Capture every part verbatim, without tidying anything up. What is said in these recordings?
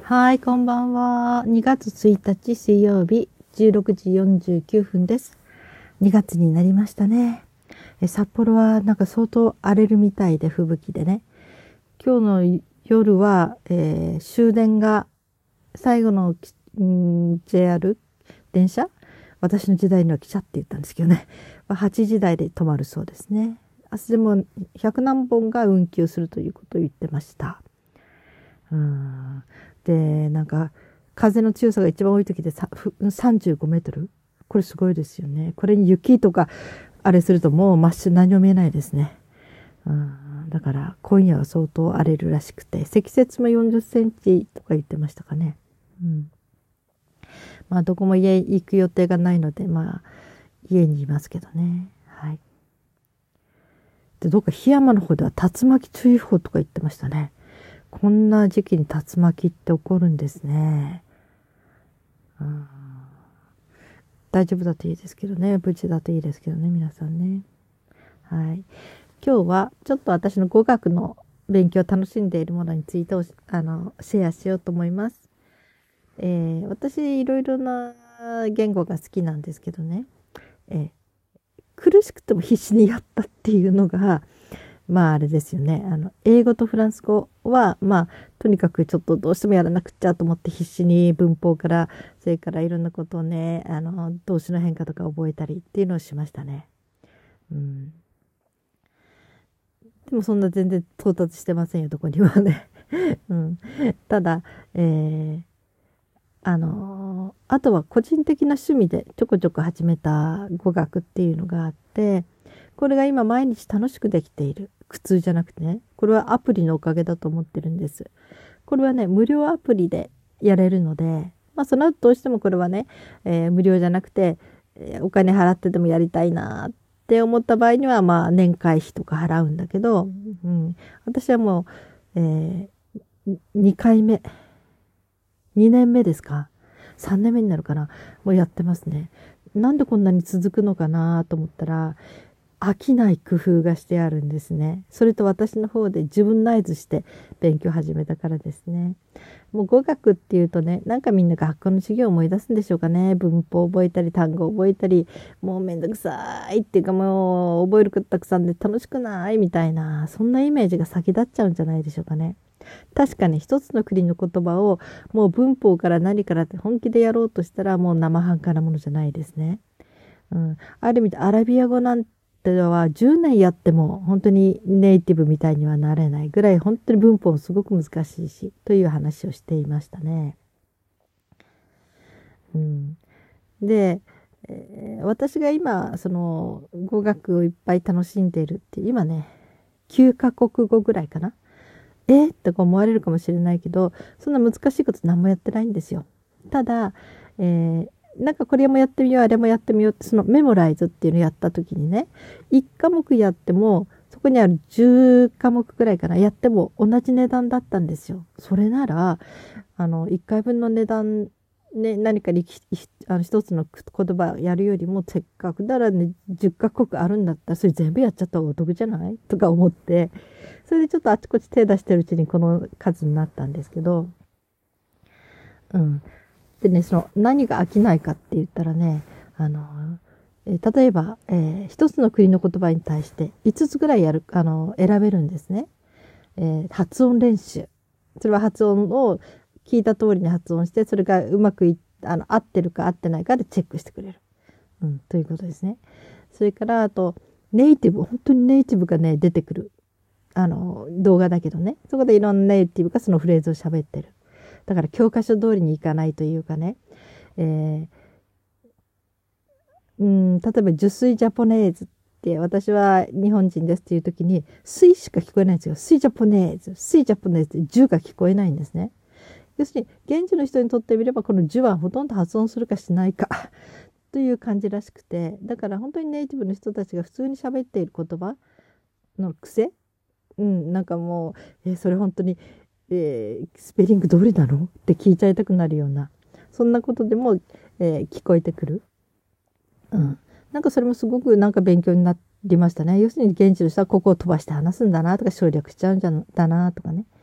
はい、こんばんは。にがつついたち水曜日じゅうろくじよんじゅうきゅうふんです。にがつになりましたね。え札幌はなんか相当荒れるみたいで、吹雪でね。今日の夜は、えー終電が最後の、うん、ジェイアール 電車、私の時代には来ちゃって言ったんですけどね。はちじ台で止まるそうですね。明日でもひゃくなんぼんが運休するということを言ってました。うんで、なんか、風の強さが一番多い時でささんじゅうごメートル。これすごいですよね。これに雪とか、あれするともう真っ白、何も見えないですね。うんだから、今夜は相当荒れるらしくて、積雪もよんじゅっセンチとか言ってましたかね。うん。まあ、どこも家行く予定がないので、まあ、家にいますけどね。はい。で、どっか檜山の方では竜巻注意報とか言ってましたね。こんな時期に竜巻って起こるんですね。うん、大丈夫だといいですけどね。無事だといいですけどね、皆さんね。はい。今日はちょっと私の語学の勉強を楽しんでいるものについてあのシェアしようと思います。えー、私いろいろな言語が好きなんですけどね。えー、苦しくても必死にやったっていうのがまああれですよね。あの、英語とフランス語は、まあ、とにかくちょっとどうしてもやらなくちゃと思って必死に文法から、それからいろんなことをね、あの、動詞の変化とか覚えたりっていうのをしましたね。うん。でもそんな全然到達してませんよ、どこにはね。うん。ただ、えー、あの、あとは個人的な趣味でちょこちょこ始めた語学っていうのがあって、これが今毎日楽しくできている。苦痛じゃなくてね。これはアプリのおかげだと思ってるんです。これはね、無料アプリでやれるので、まあその後どうしてもこれはね、えー無料じゃなくて、えーお金払ってでもやりたいなって思った場合には、まあ年会費とか払うんだけど、うん、私はもう、えー、にかいめ、にねんめですか？ さん 年目になるかな？もうやってますね。なんでこんなに続くのかなと思ったら、飽きない工夫がしてあるんですね。それと私の方で自分内図して勉強始めたからですね。もう語学っていうとね、なんかみんな学校の授業を思い出すんでしょうかね。文法を覚えたり単語を覚えたり、もうめんどくさいっていうかもう覚えることたくさんで楽しくないみたいな、そんなイメージが先立っちゃうんじゃないでしょうかね。確かに一つの国の言葉をもう文法から何からって本気でやろうとしたらもう生半可なものじゃないですね。うん、ある意味でアラビア語なんてはじゅうねんやっても本当にネイティブみたいにはなれないぐらい本当に文法もすごく難しいしという話をしていましたね。うん、で、えー私が今その語学をいっぱい楽しんでいるって今ねきゅうカ国語ぐらいかな。えって思われるかもしれないけど、そんな難しいこと何もやってないんですよ。ただ、えーなんかこれもやってみよう、あれもやってみようって、そのメモライズっていうのをやった時にね、いち科目やっても、そこにあるじゅう科目くらいかな、やっても同じ値段だったんですよ。それなら、あの、いっかいぶんの値段、ね、何かにあの一つの言葉やるよりもせっかくならねじゅっカ国あるんだったらそれ全部やっちゃった方がお得じゃないとか思ってそれでちょっとあちこち手出してるうちにこの数になったんですけど、うん。でね、その何が飽きないかって言ったらね、あの、えー例えば、えー一つの国の言葉に対していつつぐらいやる、あの、選べるんですね。えー発音練習。それは発音を聞いた通りに発音して、それがうまくいあの合ってるか合ってないかでチェックしてくれる。うん、ということですね。それから、あと、ネイティブ、本当にネイティブがね、出てくる。あの、動画だけどね。そこでいろんなネイティブがそのフレーズを喋ってる。だから教科書通りにいかないというかね。えーうん、例えば、ジュスイジャポネーズって私は日本人ですっていう時に、スイしか聞こえないんですよ。スイジャポネーズ、スイジャポネーズってジュが聞こえないんですね。要するに、現地の人にとってみれば、このジュはほとんど発音するかしないかという感じらしくて、だから本当にネイティブの人たちが普通に喋っている言葉の癖、うん、なんかもう、えーそれ本当に、えースペリング通りなのって聞いちゃいたくなるような、そんなことでも、えー聞こえてくる。うん。なんかそれもすごくなんか勉強になりましたね。要するに現地の人はここを飛ばして話すんだなとか省略しちゃうんじゃだなとかね。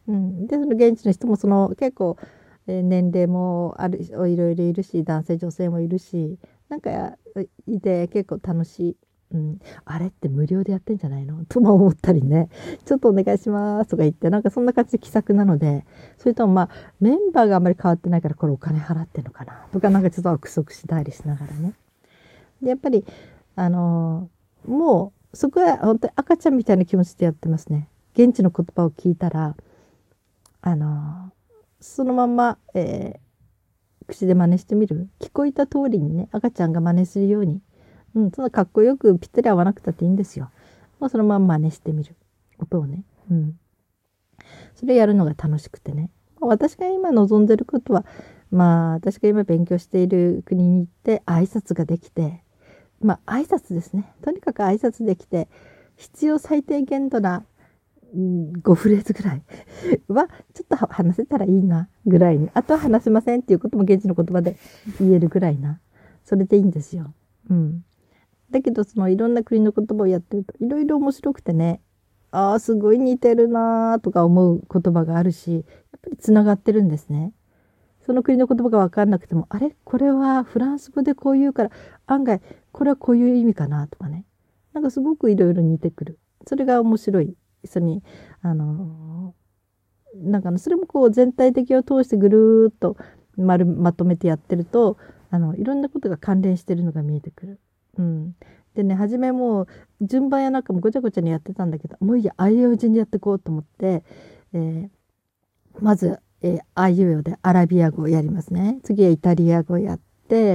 うん、でその現地の人もその結構、えー年齢もあるいろいろいるし、男性女性もいるし、なんかいて結構楽しい。うん、あれって無料でやってんじゃないのとも思ったりね。ちょっとお願いしますとか言って、なんかそんな感じで気さくなので、それともまあメンバーがあんまり変わってないからこれお金払ってんのかなとか、なんかちょっと憶測したりしながらね。でやっぱりあのーもうそこは本当に赤ちゃんみたいな気持ちでやってますね。現地の言葉を聞いたら、あのーそのまんま、えー口で真似してみる。聞こえた通りにね、赤ちゃんが真似するように。うん、そんなかっこよくぴったり合わなくたっていいんですよ。もうそのまんま真似してみる。音をね。うん。それやるのが楽しくてね。私が今望んでることは、まあ、私が今勉強している国に行って挨拶ができて、まあ、挨拶ですね。とにかく挨拶できて、必要最低限度な、うん、ごフレーズぐらいは、ちょっと話せたらいいな、ぐらいに。あとは話せませんっていうことも現地の言葉で言えるぐらいな。それでいいんですよ。うん。だけど、そのいろんな国の言葉をやってると、いろいろ面白くてね、ああ、すごい似てるなーとか思う言葉があるし、やっぱりつながってるんですね。その国の言葉が分かんなくても、あれこれはフランス語でこう言うから、案外、これはこういう意味かなとかね。なんかすごくいろいろ似てくる。それが面白い。それに、あのーなんかねそれもこう全体的を通してぐるーっと丸まとめてやってると、あの、いろんなことが関連してるのが見えてくる。うん。でね、初めもう順番やなんかもごちゃごちゃにやってたんだけど、もういいや、あいうえお順にやっていこうと思って、えーまず、えーあいうえおでアラビア語をやりますね。次はイタリア語やって、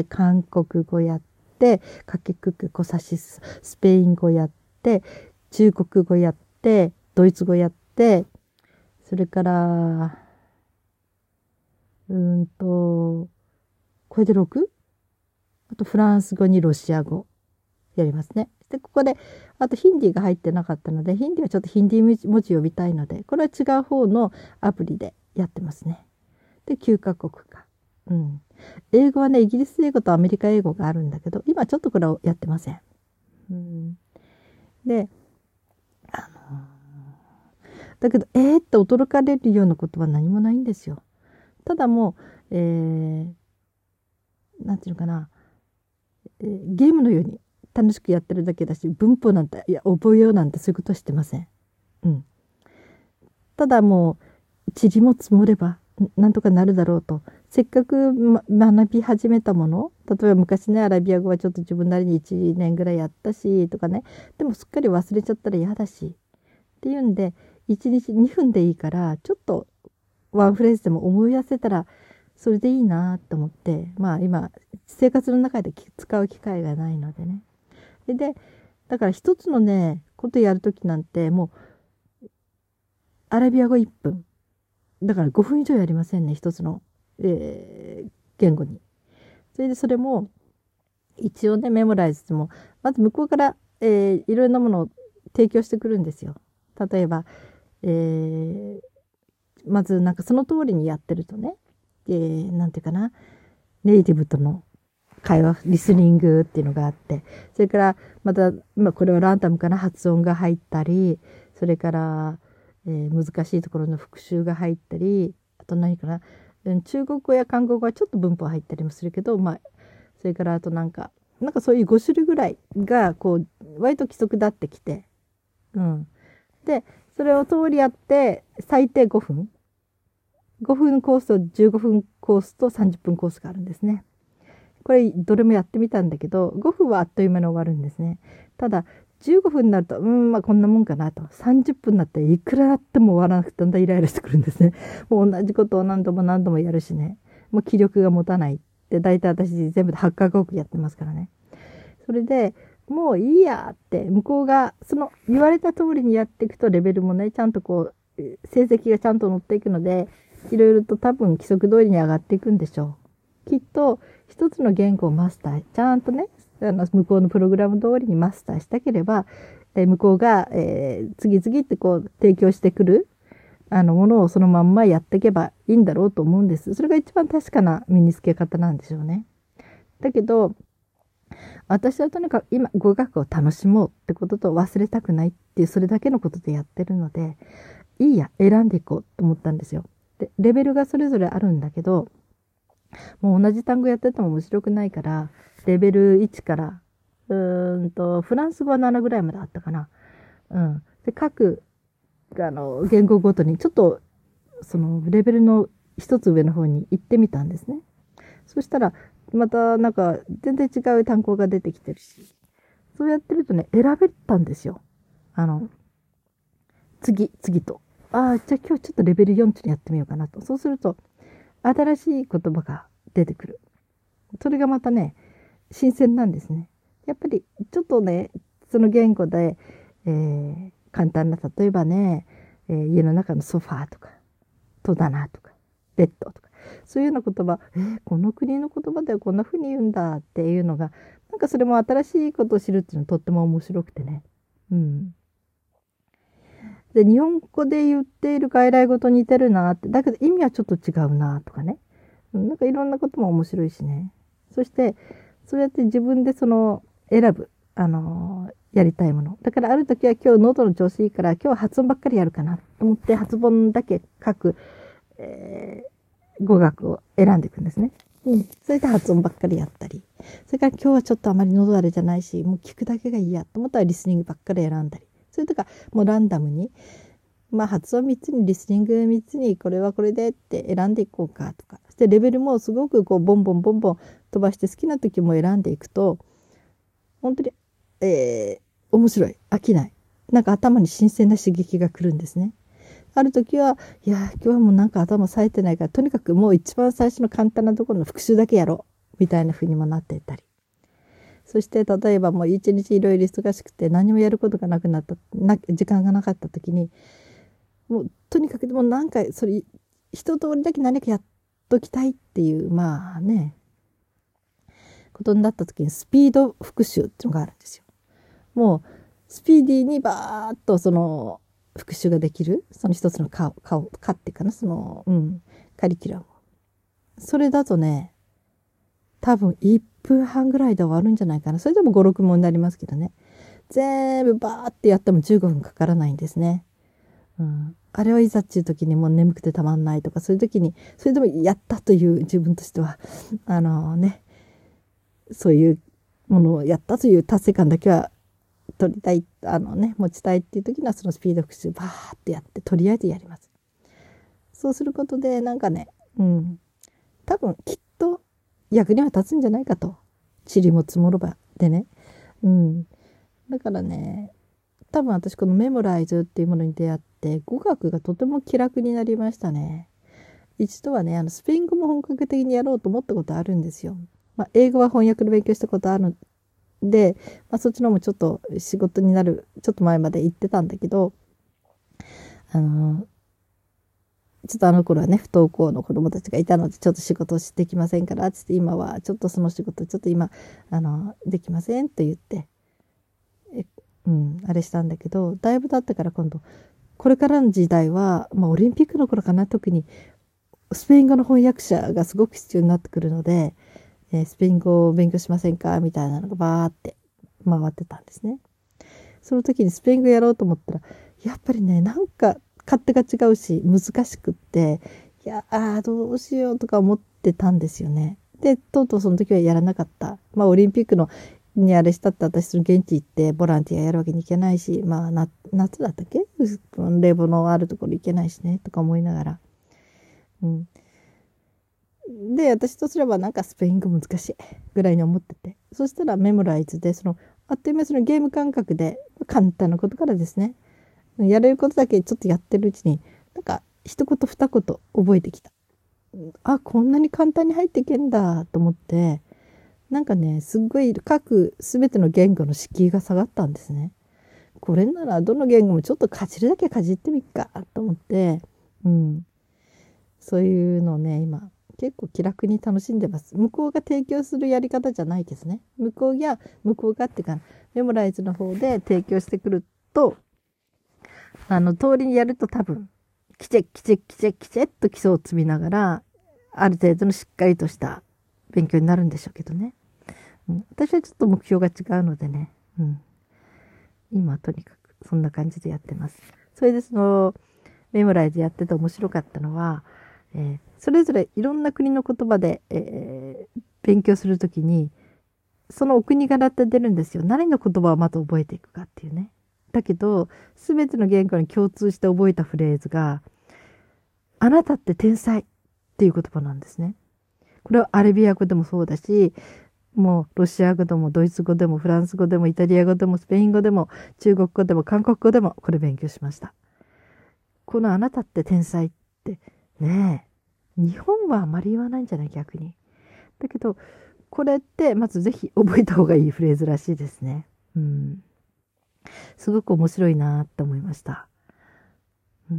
韓国語やって、かけくくこさしす、スペイン語やって、中国語やって、ドイツ語やって、それから、うーんと、これで ろく？ あとフランス語にロシア語やりますね。で、ここで、あとヒンディーが入ってなかったので、ヒンディーはちょっとヒンディー文字を呼びたいので、これは違う方のアプリでやってますね。で、きゅうカ国か。うん。英語はね、イギリス英語とアメリカ英語があるんだけど、今ちょっとこれをやってません。うん、で、あのーだけど、えーって驚かれるようなことは何もないんですよ。ただもう、えー、なんていうのかな、えーゲームのように楽しくやってるだけだし、文法なんて、いや、覚えようなんてそういうことはしてません。うん。ただもう、塵も積もれば、なんとかなるだろうと。せっかく、ま、学び始めたもの、例えば昔ね、アラビア語はちょっと自分なりにいちねんぐらいやったし、とかね。でもすっかり忘れちゃったら嫌だし。っていうんで、いちにちにふんでいいから、ちょっとワンフレーズでも思い出せたら、それでいいなと思って、まあ今、生活の中で使う機会がないのでね。で、だから一つのね、ことやるときなんて、もう、アラビア語いっぷん。だからごふん以上やりませんね、一つの、えー言語に。それでそれも、一応ね、メモライズも、まず向こうから、えーいろんなものを提供してくるんですよ。例えば、えーまずなんかその通りにやってるとね、えーなんていうかな、ネイティブとの会話、リスニングっていうのがあって、それから、また、まあ、これはランダムかな、発音が入ったり、それから、えー難しいところの復習が入ったり、あと何かな、うん、中国語や韓国語はちょっと文法入ったりもするけど、まあ、それからあとなんか、なんかそういうご種類ぐらいが、こう、割と規則だってきて、うん。で、それを通りやって、最低ごふん。ごふんコースとじゅうごふんコースとさんじゅっぷんコースがあるんですね。これどれもやってみたんだけど、ごふんはあっという間に終わるんですね。ただ、じゅうごふんになると、うん、まあこんなもんかなと。さんじゅっぷんになっていくらやっても終わらなくてだんだんイライラしてくるんですね。もう同じことを何度も何度もやるしね。もう気力が持たないって、大体私全部ではちカ国やってますからね。それで、もういいやって、向こうが、その言われた通りにやっていくとレベルもね、ちゃんとこう、成績がちゃんと乗っていくので、いろいろと多分規則通りに上がっていくんでしょう。きっと、一つの言語をマスター、ちゃんとね、あの、向こうのプログラム通りにマスターしたければ、えー向こうが、えー次々ってこう、提供してくる、あの、ものをそのまんまやっていけばいいんだろうと思うんです。それが一番確かな身につけ方なんでしょうね。だけど、私はとにかく今語学を楽しもうってことと忘れたくないっていうそれだけのことでやってるので、 いいや、選んでいこうと思ったんですよ。で、レベルがそれぞれあるんだけど、もう同じ単語やってても面白くないから、レベルいちから、うーんと、フランス語はななぐらいまであったかな。うん。で、各、あの、言語ごとに、ちょっと、その、レベルの一つ上の方に行ってみたんですね。そしたら、また、なんか、全然違う単語が出てきてるし、そうやってるとね、選べたんですよ。あの、次、次と。ああ、じゃあ今日ちょっとレベルよんちょっとやってみようかなと。そうすると、新しい言葉が出てくる。それがまたね、新鮮なんですね。やっぱり、ちょっとね、その言語で、えー、簡単な、例えばね、えー、家の中のソファーとか、戸棚とか、ベッドとか、そういうような言葉、えー、この国の言葉ではこんな風に言うんだっていうのが、なんかそれも新しいことを知るっていうのはとっても面白くてね。うん。で、日本語で言っている外来語と似てるなって、だけど意味はちょっと違うなとかね。なんかいろんなことも面白いしね。そして、そうやって自分でその選ぶ、あのーやりたいもの。だからある時は今日喉の調子いいから今日は発音ばっかりやるかなと思って発音だけ書く、えー語学を選んでいくんですね。うん。それで発音ばっかりやったり。それから今日はちょっとあまり喉あれじゃないし、もう聞くだけがいいやと思ったらリスニングばっかり選んだり。それとか、もうランダムに、まあ発音みっつにリスニングみっつにこれはこれでって選んでいこうかとか。そしてレベルもすごくこうボンボンボンボン飛ばして好きな時も選んでいくと、本当に、えー、面白い。飽きない。なんか頭に新鮮な刺激が来るんですね。ある時は、いや、今日はもうなんか頭冴えてないから、とにかくもう一番最初の簡単なところの復習だけやろう。みたいな風にもなっていたり。そして例えばもう一日いろいろ忙しくて何もやることがなくなった、な時間がなかった時に、もうとにかくもうなんかそれ一通りだけ何かやっときたいっていうまあねことになった時にスピード復習っていうのがあるんですよ。もうスピーディーにバーッとその復習ができるその一つの顔顔かっていうかなそのうんカリキュラム。それだとね多分いっぷんはんぐらいで終わるんじゃないかな。それでもご、ろく問になりますけどね。全部バーってやってもじゅうごふんかからないんですね。うん、あれはいざっていう時にもう眠くてたまんないとかそういう時にそれでもやったという自分としてはあのねそういうものをやったという達成感だけは取りたいあのね持ちたいっていう時にはそのスピード復習バーってやってとりあえずやります。そうすることでなんかね、うん、多分きっと役には立つんじゃないかと。塵も積もればでね、うん、だからね多分私このメモライズっていうものに出会って語学がとても気楽になりましたね。一度はねあのスペイン語も本格的にやろうと思ったことあるんですよ。まあ、英語は翻訳の勉強したことあるんで、まあ、そっちのもちょっと仕事になるちょっと前まで行ってたんだけどあのちょっとあの頃はね不登校の子供たちがいたのでちょっと仕事をしてきませんからつって今はちょっとその仕事ちょっと今あのできませんと言ってえうん、あれしたんだけどだいぶ経ってから今度これからの時代は、まあ、オリンピックの頃かな特にスペイン語の翻訳者がすごく必要になってくるので、えースペイン語を勉強しませんかみたいなのがバーって回ってたんですね。その時にスペイン語やろうと思ったらやっぱりねなんか勝手が違うし難しくっていやあどうしようとか思ってたんですよね。でとうとうその時はやらなかった。まあオリンピックのにあれしたって私その現地行ってボランティアやるわけにいけないしまあな夏だったっけ冷房のあるところ行けないしねとか思いながら、うん、で私とすればなんかスペイン語難しいぐらいに思っててそしたらメモライズでそのあっという間にそのゲーム感覚で簡単なことからですねやれることだけちょっとやってるうちになんか一言二言覚えてきた。あこんなに簡単に入っていけんだと思ってなんかねすっごい各全ての言語の敷居が下がったんですね。これならどの言語もちょっとかじるだけかじってみっかと思って、うん、そういうのをね今結構気楽に楽しんでます。向こうが提供するやり方じゃないですね。向こうや向こうがっていうかメモライズの方で提供してくるとあの通りにやると多分きちっきちっきちっきちっと基礎を積みながらある程度のしっかりとした勉強になるんでしょうけどね。うん、私はちょっと目標が違うのでね、うん、今はとにかくそんな感じでやってます。それでそのメモライズやってて面白かったのは、えーそれぞれいろんな国の言葉で、えー勉強するときに、そのお国柄って出るんですよ。何の言葉をまず覚えていくかっていうね。だけど、すべての言語に共通して覚えたフレーズが、あなたって天才っていう言葉なんですね。これはアラビア語でもそうだし、もうロシア語でもドイツ語でもフランス語でもイタリア語でもスペイン語でも中国語でも韓国語でもこれ勉強しました。このあなたって天才ってねえ、日本はあまり言わないんじゃない逆に。だけど、これってまずぜひ覚えた方がいいフレーズらしいですね。うん。すごく面白いなって思いました。うん。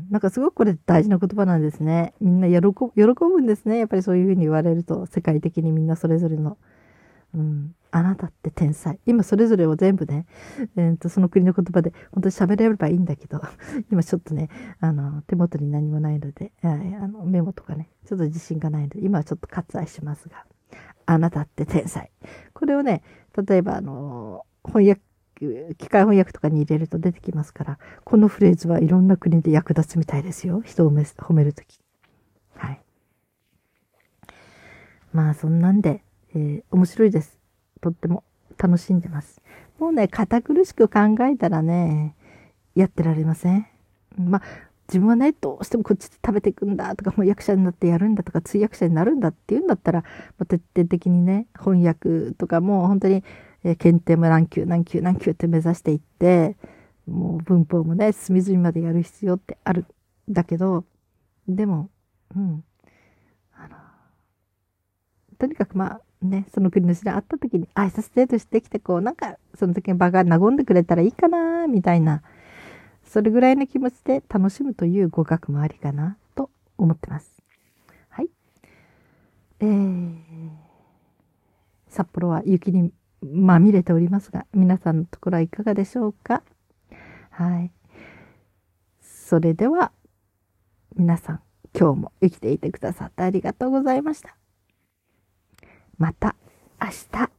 なんかすごくこれ大事な言葉なんですね。みんな喜ぶ、喜ぶんですね。やっぱりそういうふうに言われると、世界的にみんなそれぞれの。うん。あなたって天才。今それぞれを全部ね、えーと、その国の言葉で本当に喋れればいいんだけど、今ちょっとね、あの、手元に何もないので、あのメモとかね、ちょっと自信がないので、今はちょっと割愛しますが、あなたって天才。これをね、例えばあの、翻訳、機械翻訳とかに入れると出てきますから、このフレーズはいろんな国で役立つみたいですよ。人を褒めるとき。はい。まあそんなんで、えー面白いです。とっても楽しんでます。もうね、堅苦しく考えたらね、やってられません。まあ、自分はね、どうしてもこっちで食べていくんだとか、もう役者になってやるんだとか、通訳者になるんだっていうんだったら、もう徹底的にね、翻訳とかもう本当に、えー検定も何級何級何級って目指していって、もう文法もね、隅々までやる必要ってある。だけど、でも、うん。あの、とにかくまあね、その国の人に会った時に挨拶程度してきて、こう、なんか、その時に場が和んでくれたらいいかな、みたいな、それぐらいの気持ちで楽しむという語学もありかな、と思ってます。はい。えー、札幌は雪にまみれておりますが、皆さんのところはいかがでしょうか。はい。それでは、皆さん、今日も生きていてくださってありがとうございました。また明日。